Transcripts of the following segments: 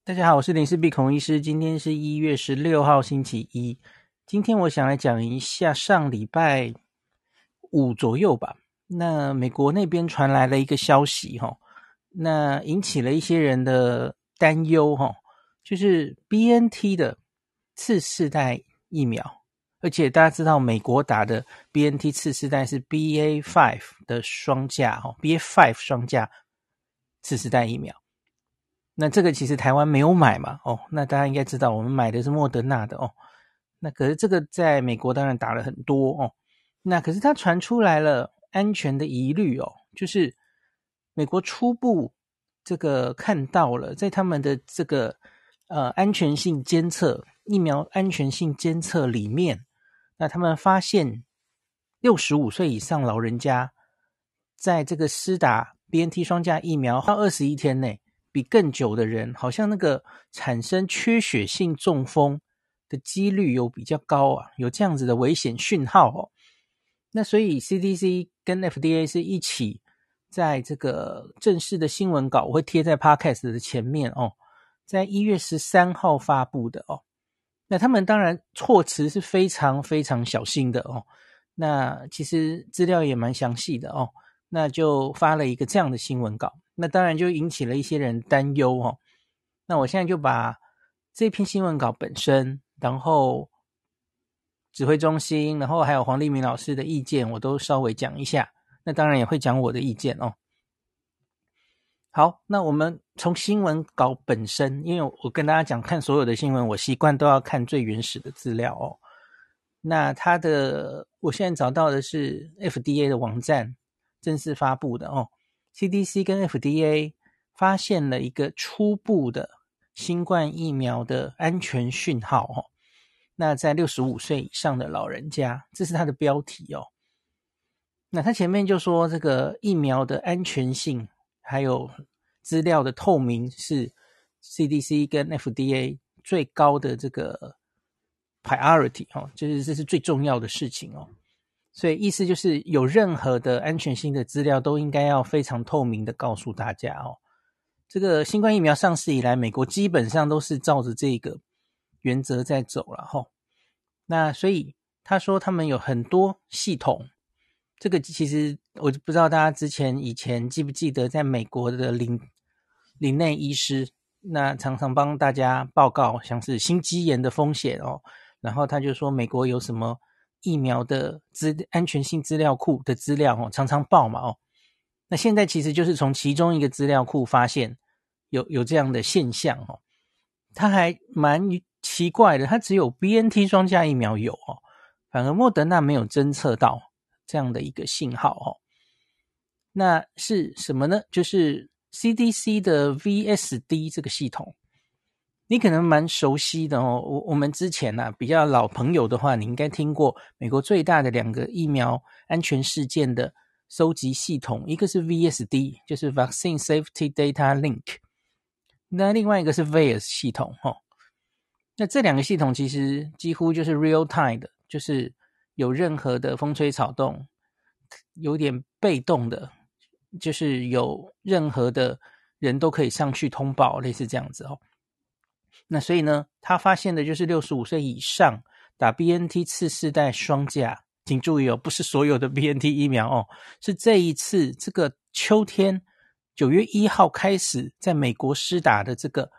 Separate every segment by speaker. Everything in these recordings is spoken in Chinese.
Speaker 1: 大家好，我是林氏璧孔医师。今天是1月16号星期一。今天我想来讲一下上礼拜五左右吧，那美国那边传来了一个消息那引起了一些人的担忧就是 BNT 的次世代疫苗，而且大家知道美国打的 BNT 次世代是 BA.5 的双价BA.5 双价次世代疫苗。那这个其实台湾没有买嘛那大家应该知道我们买的是莫德纳的那可是这个在美国当然打了很多那可是它传出来了安全的疑虑就是美国初步这个看到了在他们的这个安全性监测疫苗安全性监测里面，那他们发现65岁以上老人家在这个施打 BNT 双价疫苗到21天内比更久的人好像那个产生缺血性中风的几率有比较高有这样子的危险讯号那所以 CDC 跟 FDA 是一起在这个正式的新闻稿我会贴在 Podcast 的前面在1月13号发布的那他们当然措辞是非常非常小心的那其实资料也蛮详细的那就发了一个这样的新闻稿，那当然就引起了一些人担忧那我现在就把这篇新闻稿本身，然后指挥中心，然后还有黄立明老师的意见我都稍微讲一下，那当然也会讲我的意见好，那我们从新闻稿本身，因为我跟大家讲看所有的新闻我习惯都要看最原始的资料那它的我现在找到的是 FDA 的网站正式发布的CDC 跟 FDA 发现了一个初步的新冠疫苗的安全讯号那在65岁以上的老人家，这是它的标题那它前面就说这个疫苗的安全性还有资料的透明是 CDC 跟 FDA 最高的这个 priority 就是这是最重要的事情所以意思就是有任何的安全性的资料都应该要非常透明的告诉大家这个新冠疫苗上市以来，美国基本上都是照着这个原则在走了那所以他说他们有很多系统，这个其实我不知道大家以前记不记得在美国的林内医师，那常常帮大家报告像是心肌炎的风险然后他就说美国有什么疫苗的安全性资料库的资料常常报嘛那现在其实就是从其中一个资料库发现有这样的现象它还蛮奇怪的，它只有 BNT 双价疫苗有反而莫德纳没有侦测到这样的一个信号那是什么呢？就是 CDC 的 VSD 这个系统，你可能蛮熟悉的我们之前比较老朋友的话，你应该听过美国最大的2个疫苗安全事件的收集系统，一个是 VSD， 就是 Vaccine Safety Data Link， 那另外一个是 VAERS 系统那这2个系统其实几乎就是 real time 的，就是有任何的风吹草动，有点被动的，就是有任何的人都可以上去通报，类似这样子那所以呢，他发现的就是65岁以上打 BNT 次世代双价，请注意不是所有的 BNT 疫苗是这一次这个秋天9月1号开始在美国施打的这个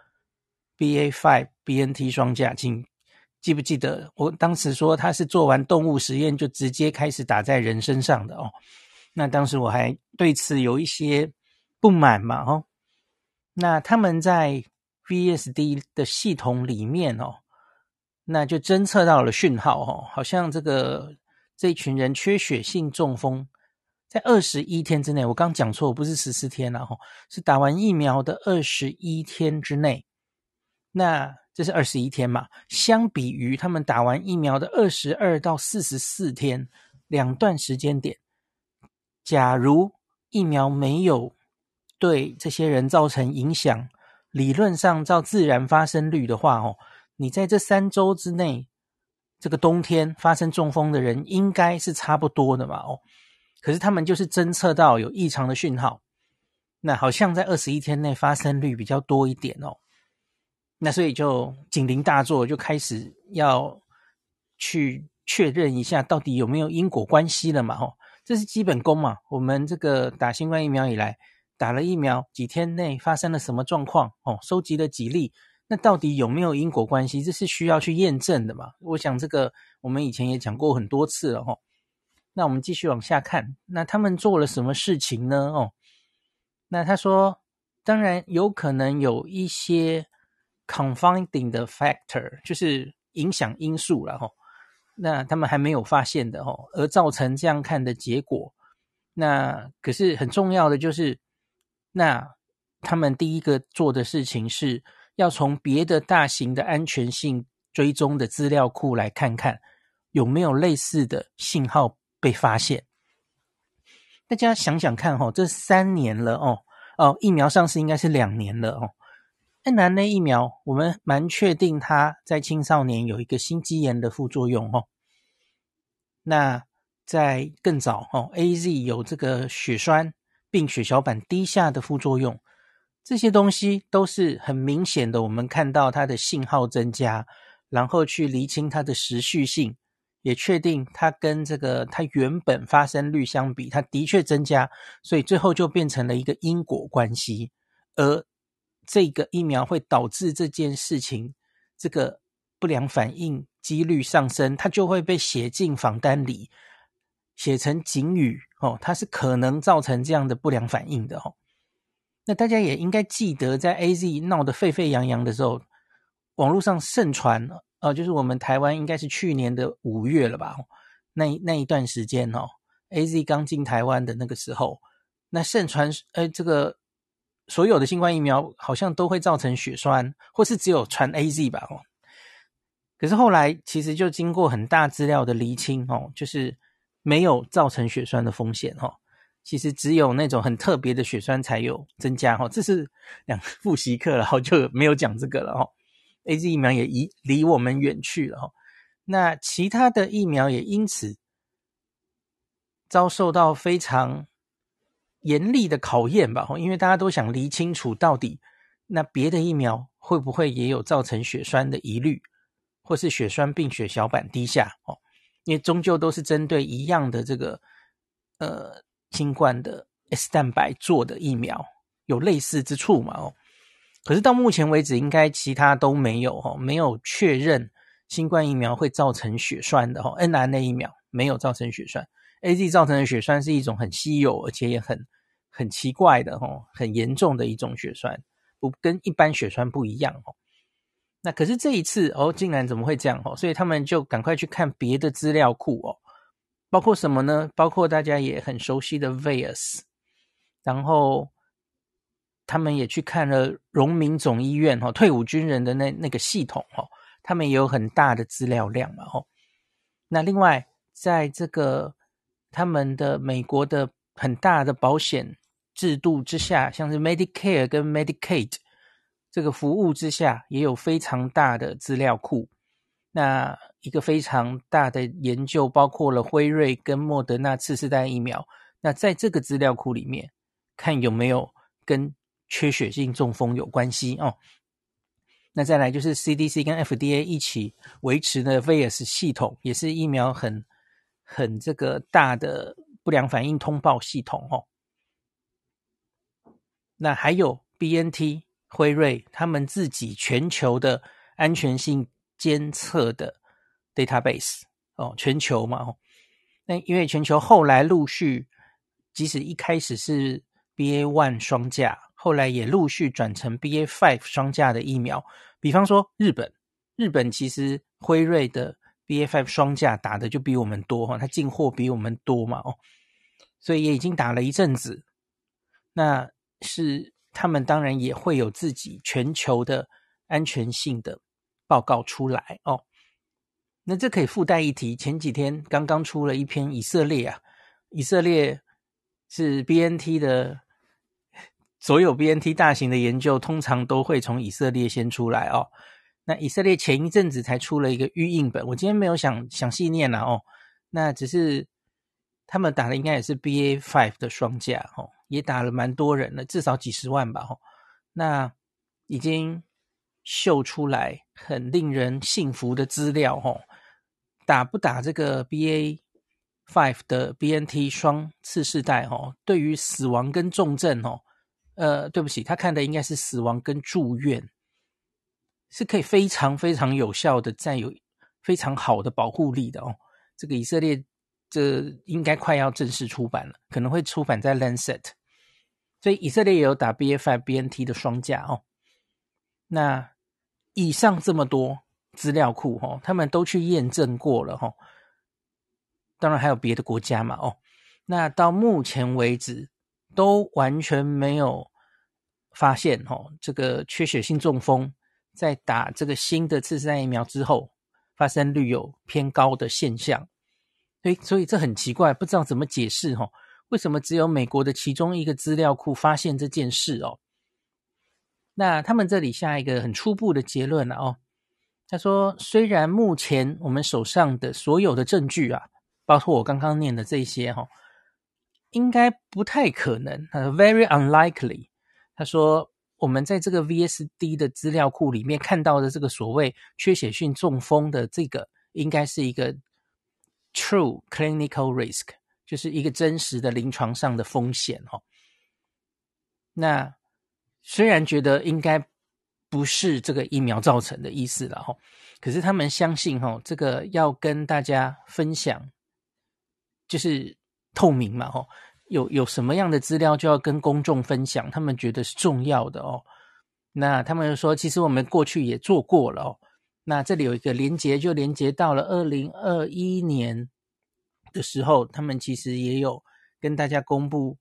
Speaker 1: BA.5 BNT 双价，请记不记得我当时说他是做完动物实验就直接开始打在人身上的那当时我还对此有一些不满嘛那他们在VSD 的系统里面那就侦测到了讯号好像这一群人缺血性中风在21天之内，我刚讲错，我不是14天是打完疫苗的21天之内，那这是21天嘛，相比于他们打完疫苗的22到44天2段时间点，假如疫苗没有对这些人造成影响，理论上照自然发生率的话你在这3周之内，这个冬天发生中风的人应该是差不多的嘛可是他们就是侦测到有异常的讯号，那好像在21天内发生率比较多一点那所以就警铃大作，就开始要去确认一下到底有没有因果关系了嘛，这是基本功嘛。我们这个打新冠疫苗以来，打了疫苗几天内发生了什么状况，收集了几例，那到底有没有因果关系，这是需要去验证的嘛。我想这个我们以前也讲过很多次了，那我们继续往下看，那他们做了什么事情呢？那他说当然有可能有一些 confounding 的 factor， 就是影响因素啦，那他们还没有发现的，而造成这样看的结果。那可是很重要的就是，那他们第一个做的事情是要从别的大型的安全性追踪的资料库来看看有没有类似的信号被发现。大家想想看，这3年了，疫苗上市应该是2年了，mRNA 疫苗我们蛮确定它在青少年有一个心肌炎的副作用那在更早AZ 有这个血栓并血小板低下的副作用，这些东西都是很明显的，我们看到它的信号增加，然后去厘清它的时序性，也确定它跟这个它原本发生率相比，它的确增加，所以最后就变成了一个因果关系。而这个疫苗会导致这件事情，这个不良反应几率上升，它就会被写进访单里，写成警语它是可能造成这样的不良反应的那大家也应该记得，在 AZ 闹得沸沸扬扬的时候，网络上盛传就是我们台湾应该是去年的5月了吧，那一段时间AZ 刚进台湾的那个时候，那盛传这个所有的新冠疫苗好像都会造成血栓，或是只有传 AZ 吧可是后来其实就经过很大资料的厘清就是没有造成血栓的风险其实只有那种很特别的血栓才有增加这是复习课了就没有讲这个了AZ 疫苗也离我们远去了那其他的疫苗也因此遭受到非常严厉的考验吧因为大家都想厘清楚到底那别的疫苗会不会也有造成血栓的疑虑，或是血栓并血小板低下因为终究都是针对一样的这个新冠的 S 蛋白做的疫苗，有类似之处嘛可是到目前为止应该其他都没有没有确认新冠疫苗会造成血栓的mRNA 疫苗没有造成血栓， AZ 造成的血栓是一种很稀有而且也很奇怪的很严重的一种血栓，不跟一般血栓不一样那可是这一次竟然怎么会这样所以他们就赶快去看别的资料库包括什么呢？包括大家也很熟悉的 VAERS， 然后他们也去看了荣民总医院退伍军人的那个系统他们也有很大的资料量嘛那另外在这个他们的美国的很大的保险制度之下，像是 Medicare 跟 Medicaid 这个服务之下，也有非常大的资料库。那一个非常大的研究包括了辉瑞跟莫德纳次世代疫苗，那在这个资料库里面看有没有跟缺血性中风有关系那再来就是 CDC 跟 FDA 一起维持的 VAERS 系统，也是疫苗很这个大的不良反应通报系统那还有 BNT 辉瑞他们自己全球的安全性监测的 database 全球嘛那因为全球后来陆续，即使一开始是 BA.1 双价，后来也陆续转成 BA.5 双价的疫苗，比方说日本其实辉瑞的 BA.5 双价打的就比我们多它进货比我们多嘛所以也已经打了一阵子，那是他们当然也会有自己全球的安全性的报告出来那这可以附带一提，前几天刚刚出了一篇以色列是 BNT 的，所有 BNT 大型的研究通常都会从以色列先出来那以色列前一阵子才出了一个预印本，我今天没有详细念了那只是他们打的应该也是 BA.5 的双价也打了蛮多人了，至少几十万吧那已经秀出来很令人信服的资料哦，打不打这个 BA.5 的 BNT 双次世代哦，对于死亡跟重症哦，对不起，他看的应该是死亡跟住院，是可以非常非常有效的占有非常好的保护力的哦。这个以色列这应该快要正式出版了，可能会出版在 Lancet， 所以以色列也有打 BA.5 BNT 的双价哦。那以上这么多资料库哦，他们都去验证过了哦。当然还有别的国家嘛哦。那到目前为止都完全没有发现哦，这个缺血性中风在打这个新的次世代疫苗之后发生率有偏高的现象。所以这很奇怪，不知道怎么解释哦，为什么只有美国的其中一个资料库发现这件事哦？那他们这里下一个很初步的结论了哦，他说虽然目前我们手上的所有的证据啊，包括我刚刚念的这些哦，应该不太可能，very unlikely。他说我们在这个 VSD 的资料库里面看到的这个所谓缺血性中风的这个，应该是一个 true clinical risk， 就是一个真实的临床上的风险哦。那虽然觉得应该不是这个疫苗造成的意思了齁，可是他们相信齁，这个要跟大家分享，就是透明嘛齁，有什么样的资料就要跟公众分享，他们觉得是重要的哦。那他们就说，其实我们过去也做过了哦。那这里有一个连结，就连结到了2021年的时候，他们其实也有跟大家公布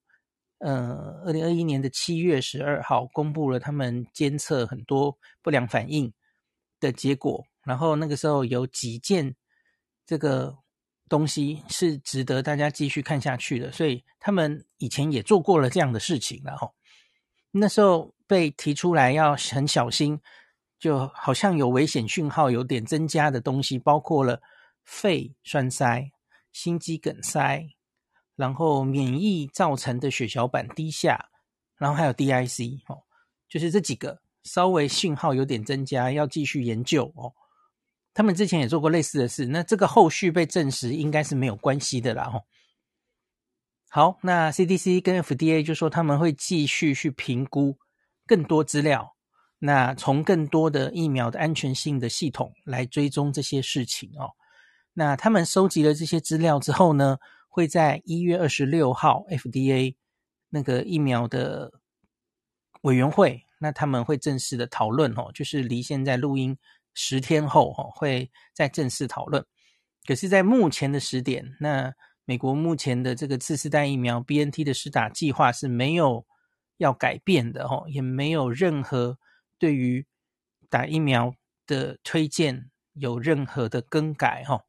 Speaker 1: 2021年的7月12号公布了他们监测很多不良反应的结果，然后那个时候有几件这个东西是值得大家继续看下去的，所以他们以前也做过了这样的事情了齁。那时候被提出来要很小心，就好像有危险讯号有点增加的东西，包括了肺栓塞、心肌梗塞，然后免疫造成的血小板低下，然后还有 DIC 哦，就是这几个稍微讯号有点增加，要继续研究哦。他们之前也做过类似的事，那这个后续被证实应该是没有关系的啦哦。好，那 CDC 跟 FDA 就说他们会继续去评估更多资料，那从更多的疫苗的安全性的系统来追踪这些事情哦。那他们收集了这些资料之后呢，会在1月26号 FDA 那个疫苗的委员会，那他们会正式的讨论哦，就是离现在录音10天后哦，会再正式讨论。可是在目前的时点，那美国目前的这个次世代疫苗 BNT 的施打计划是没有要改变的哦，也没有任何对于打疫苗的推荐有任何的更改哦。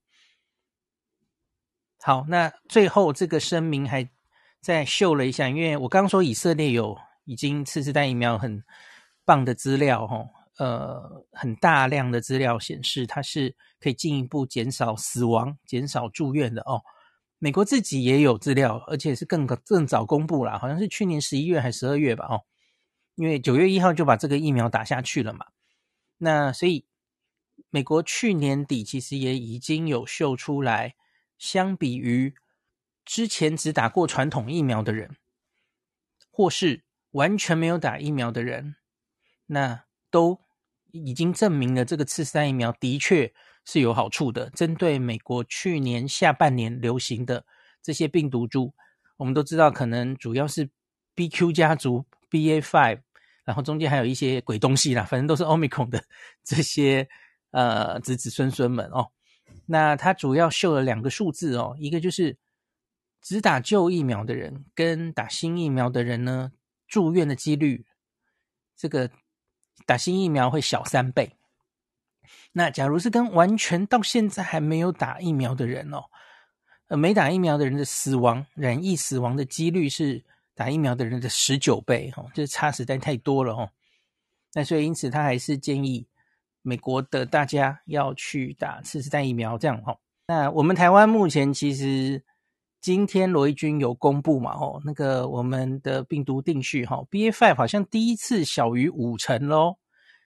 Speaker 1: 好，那最后这个声明还再秀了一下，因为我刚刚说以色列有已经次世代疫苗很棒的资料很大量的资料显示它是可以进一步减少死亡、减少住院的哦。美国自己也有资料，而且是更早公布啦，好像是去年11月还是12月吧哦，因为9月1号就把这个疫苗打下去了嘛。那所以美国去年底其实也已经有秀出来，相比于之前只打过传统疫苗的人，或是完全没有打疫苗的人，那都已经证明了这个次世代疫苗的确是有好处的。针对美国去年下半年流行的这些病毒株，我们都知道可能主要是 BQ 家族 BA.5， 然后中间还有一些鬼东西啦，反正都是 Omicron 的这些子子孙孙们哦。那它主要秀了2个数字哦，一个就是只打旧疫苗的人跟打新疫苗的人呢，住院的几率，这个打新疫苗会小3倍。那假如是跟完全到现在还没有打疫苗的人哦，没打疫苗的人的死亡、染疫死亡的几率是打疫苗的人的19倍哦，这差实在太多了哦。那所以因此他还是建议美国的大家要去打次世代疫苗这样哦。那我们台湾目前其实今天罗一军有公布嘛哦，那个我们的病毒定序哈 BA.5 好像第一次小于50%咯。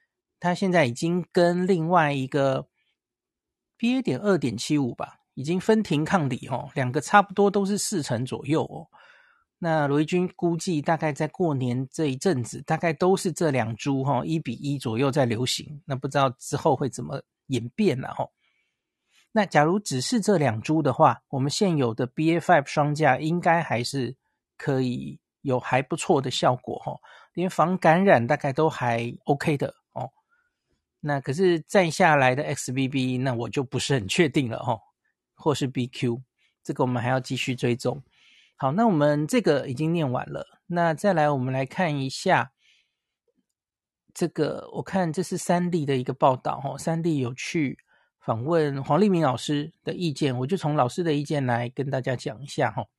Speaker 1: 它现在已经跟另外一个 BA.2.75 吧，已经分庭抗礼哦，两个差不多都是40%左右哦。那罗毅军估计大概在过年这一阵子，大概都是这两株1:1左右在流行，那不知道之后会怎么演变啦齁。那假如只是这两株的话，我们现有的 BA.5 双价应该还是可以有还不错的效果齁，连防感染大概都还 OK 的哦。那可是再下来的 XBB 那我就不是很确定了齁，或是 BQ， 这个我们还要继续追踪。好，那我们这个已经念完了，那再来我们来看一下这个，我看这是三立的一个报道齁，三立有去访问黄立明老师的意见，我就从老师的意见来跟大家讲一下齁。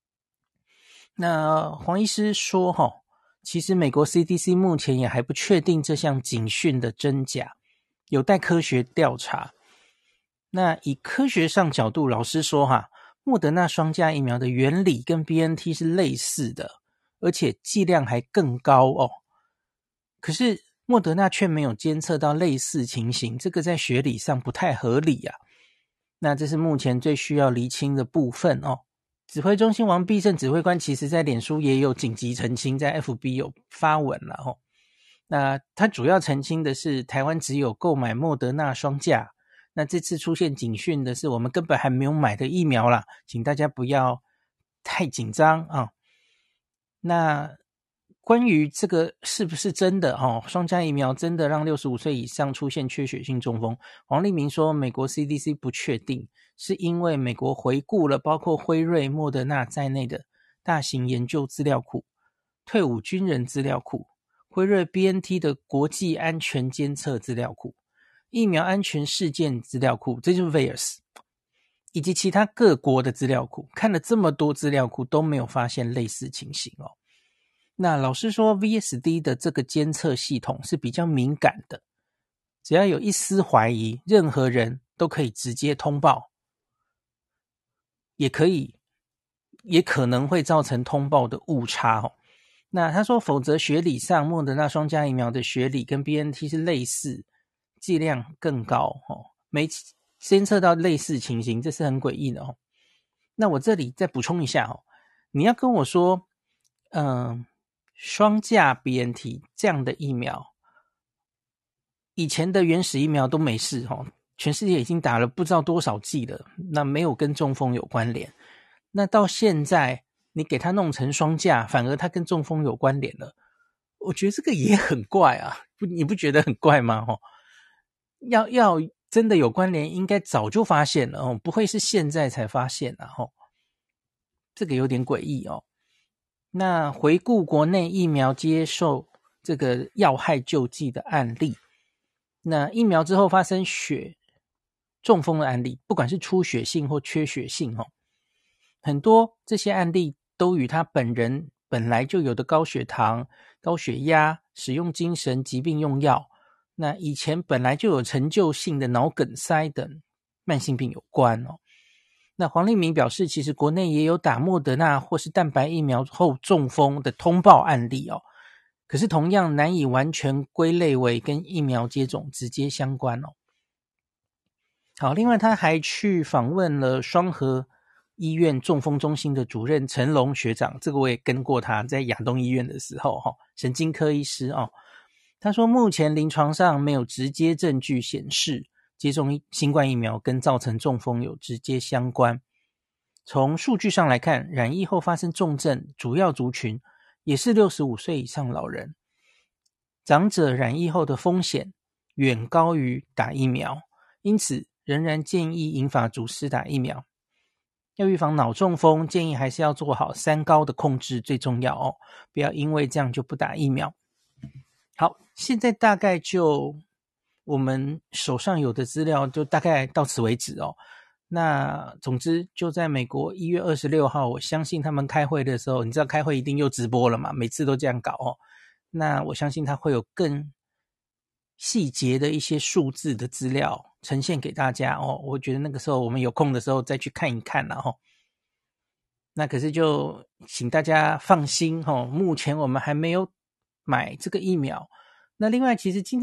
Speaker 1: 那黄医师说齁，其实美国 CDC 目前也还不确定这项警讯的真假，有待科学调查。那以科学上角度，老师说莫德纳双价疫苗的原理跟 BNT 是类似的，而且剂量还更高哦。可是莫德纳却没有监测到类似情形，这个在学理上不太合理啊。那这是目前最需要厘清的部分哦。指挥中心王必胜指挥官其实在脸书也有紧急澄清，在 FB 有发文了哦。那他主要澄清的是台湾只有购买莫德纳双价，那这次出现警讯的是我们根本还没有买的疫苗啦，请大家不要太紧张啊。那关于这个是不是真的双价疫苗真的让65岁以上出现缺血性中风，黄立明说美国 CDC 不确定，是因为美国回顾了包括辉瑞、莫德纳在内的大型研究资料库、退伍军人资料库、辉瑞 BNT 的国际安全监测资料库、疫苗安全事件资料库，这就是 VAERS， 以及其他各国的资料库，看了这么多资料库都没有发现类似情形哦。那老师说 VSD 的这个监测系统是比较敏感的，只要有一丝怀疑，任何人都可以直接通报，也可能会造成通报的误差哦。那他说否则学理上莫德纳双价疫苗的学理跟 BNT 是类似，剂量更高没监测到类似情形，这是很诡异的哦。那我这里再补充一下你要跟我说双价 BNT 这样的疫苗，以前的原始疫苗都没事全世界已经打了不知道多少剂了，那没有跟中风有关联。那到现在你给它弄成双价，反而它跟中风有关联了，我觉得这个也很怪啊，你不觉得很怪吗要真的有关联应该早就发现了不会是现在才发现啊这个有点诡异哦。那回顾国内疫苗接受这个要害救济的案例，那疫苗之后发生中风的案例，不管是出血性或缺血性很多这些案例都与他本人本来就有的高血糖、高血压、使用精神疾病用药，那以前本来就有陈旧性的脑梗塞等慢性病有关那黄立明表示，其实国内也有打莫德纳或是蛋白疫苗后中风的通报案例可是同样难以完全归类为跟疫苗接种直接相关好，另外他还去访问了双和医院中风中心的主任陈龙学长，这个我也跟过他，在亚东医院的时候神经科医师他说目前临床上没有直接证据显示接种新冠疫苗跟造成中风有直接相关。从数据上来看，染疫后发生重症主要族群也是65岁以上老人，长者染疫后的风险远高于打疫苗，因此仍然建议银发族施打疫苗。要预防脑中风，建议还是要做好3高的控制最重要不要因为这样就不打疫苗。好，现在大概就我们手上有的资料就大概到此为止那总之就在美国1月26号，我相信他们开会的时候，你知道开会一定又直播了嘛，每次都这样搞那我相信他会有更细节的一些数字的资料呈现给大家我觉得那个时候我们有空的时候再去看一看那可是就请大家放心目前我们还没有买这个疫苗。那另外其实今天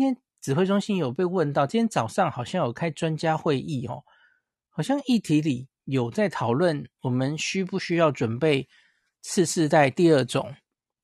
Speaker 1: 指挥中心有被问到，今天早上好像有开专家会议哦，好像议题里有在讨论我们需不需要准备次世代第二种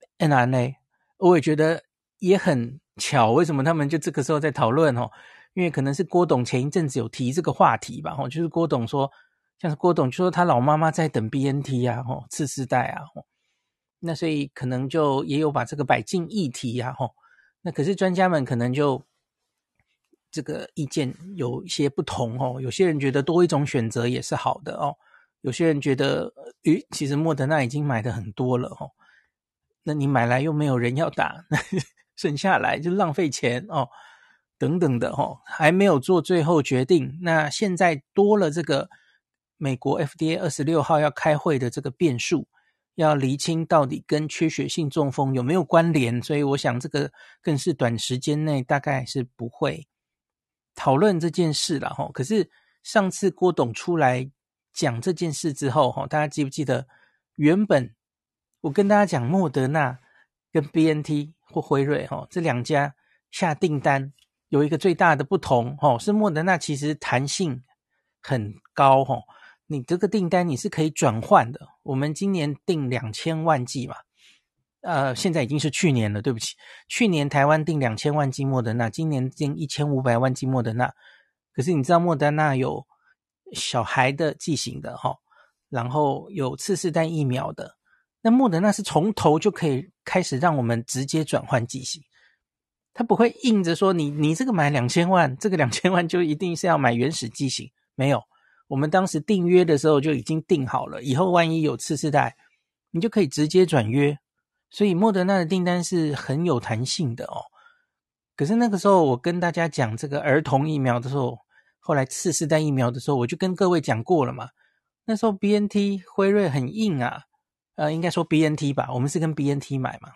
Speaker 1: mRNA。我也觉得也很巧，为什么他们就这个时候在讨论哦？因为可能是郭董前一阵子有提这个话题吧，就是郭董说，像是郭董就说他老妈妈在等 BNT 啊，次世代啊，那所以可能就也有把这个摆进议题啊，那可是专家们可能就这个意见有一些不同哦，有些人觉得多一种选择也是好的哦，有些人觉得，其实莫德纳已经买的很多了哦，那你买来又没有人要打，那剩下来就浪费钱哦，等等的哦，还没有做最后决定。那现在多了这个美国 FDA 26号要开会的这个变数，要厘清到底跟缺血性中风有没有关联，所以我想这个更是短时间内大概是不会讨论这件事了哈。可是上次郭董出来讲这件事之后，大家记不记得原本我跟大家讲莫德纳跟 BNT 或辉瑞这两家下订单有一个最大的不同是莫德纳其实弹性很高你这个订单你是可以转换的，我们今年订2000万剂嘛，现在已经是去年了，对不起，去年台湾订2000万剂莫德纳，今年订1500万剂莫德纳。可是你知道莫德纳有小孩的剂型的然后有次世代疫苗的，那莫德纳是从头就可以开始让我们直接转换剂型，他不会硬着说你这个买2000万，这个2000万就一定是要买原始剂型，没有，我们当时订约的时候就已经订好了，以后万一有次世代，你就可以直接转约，所以莫德纳的订单是很有弹性的哦。可是那个时候我跟大家讲这个儿童疫苗的时候，后来次世代疫苗的时候，我就跟各位讲过了嘛，那时候 BNT 辉瑞很硬啊，应该说 BNT 吧，我们是跟 BNT 买嘛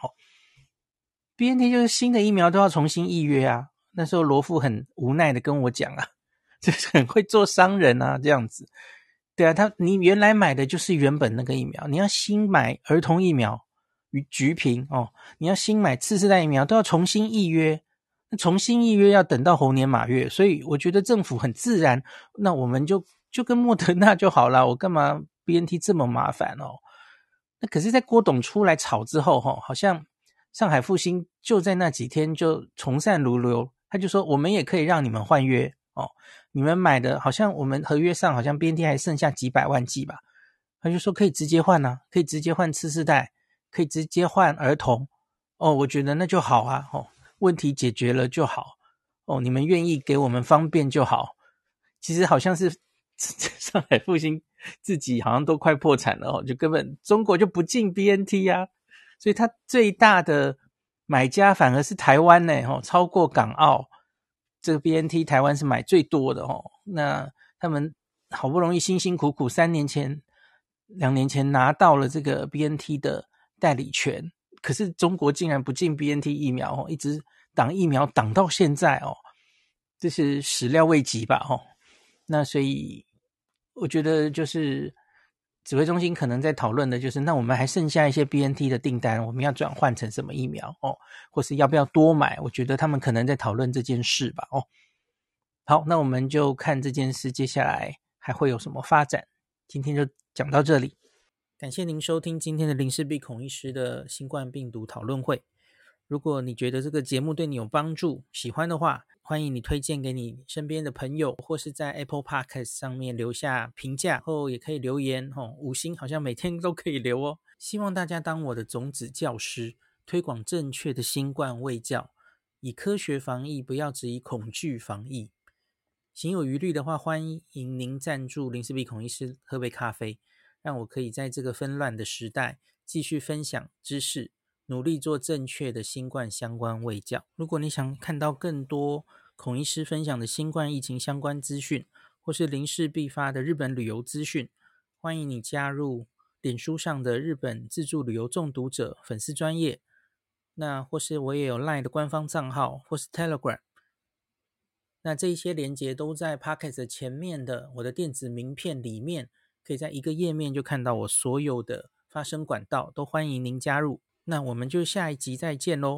Speaker 1: BNT 就是新的疫苗都要重新预约啊，那时候罗富很无奈的跟我讲啊，就是很会做商人啊这样子。对啊，你原来买的就是原本那个疫苗，你要新买儿童疫苗与橘皮你要新买次世代疫苗都要重新预约，那重新预约要等到猴年马月，所以我觉得政府很自然，那我们就跟莫德纳就好了，我干嘛 BNT 这么麻烦那可是在郭董出来炒之后好像上海复兴就在那几天就从善如流，他就说我们也可以让你们换约你们买的好像我们合约上好像 BNT 还剩下几百万剂吧，他就说可以直接换啊，可以直接换次世代，可以直接换儿童我觉得那就好啊问题解决了就好你们愿意给我们方便就好。其实好像是上海复兴自己好像都快破产了就根本中国就不进 BNT 啊，所以它最大的买家反而是台湾呢超过港澳，这个 BNT 台湾是买最多的那他们好不容易辛辛苦苦2年前拿到了这个 BNT 的代理权，可是中国竟然不进 BNT 疫苗一直挡疫苗挡到现在这是始料未及吧那所以我觉得就是指挥中心可能在讨论的就是，那我们还剩下一些 BNT 的订单，我们要转换成什么疫苗或是要不要多买，我觉得他们可能在讨论这件事吧好，那我们就看这件事接下来还会有什么发展，今天就讲到这里。感谢您收听今天的林氏璧孔医师的新冠病毒讨论会。如果你觉得这个节目对你有帮助，喜欢的话，欢迎你推荐给你身边的朋友，或是在 Apple Podcast 上面留下评价，后也可以留言5星好像每天都可以留哦。希望大家当我的种子教师，推广正确的新冠卫教，以科学防疫，不要只以恐惧防疫。行有余力的话，欢迎您赞助林氏璧孔医师喝杯咖啡，让我可以在这个纷乱的时代继续分享知识，努力做正确的新冠相关卫教。如果你想看到更多孔医师分享的新冠疫情相关资讯，或是林氏必发的日本旅游资讯，欢迎你加入脸书上的日本自助旅游中毒者粉丝专页，那或是我也有 LINE 的官方账号，或是 Telegram。那这一些连结都在 Podcast 前面的我的电子名片里面，可以在一个页面就看到我所有的发声管道，都欢迎您加入。那我们就下一集再见咯。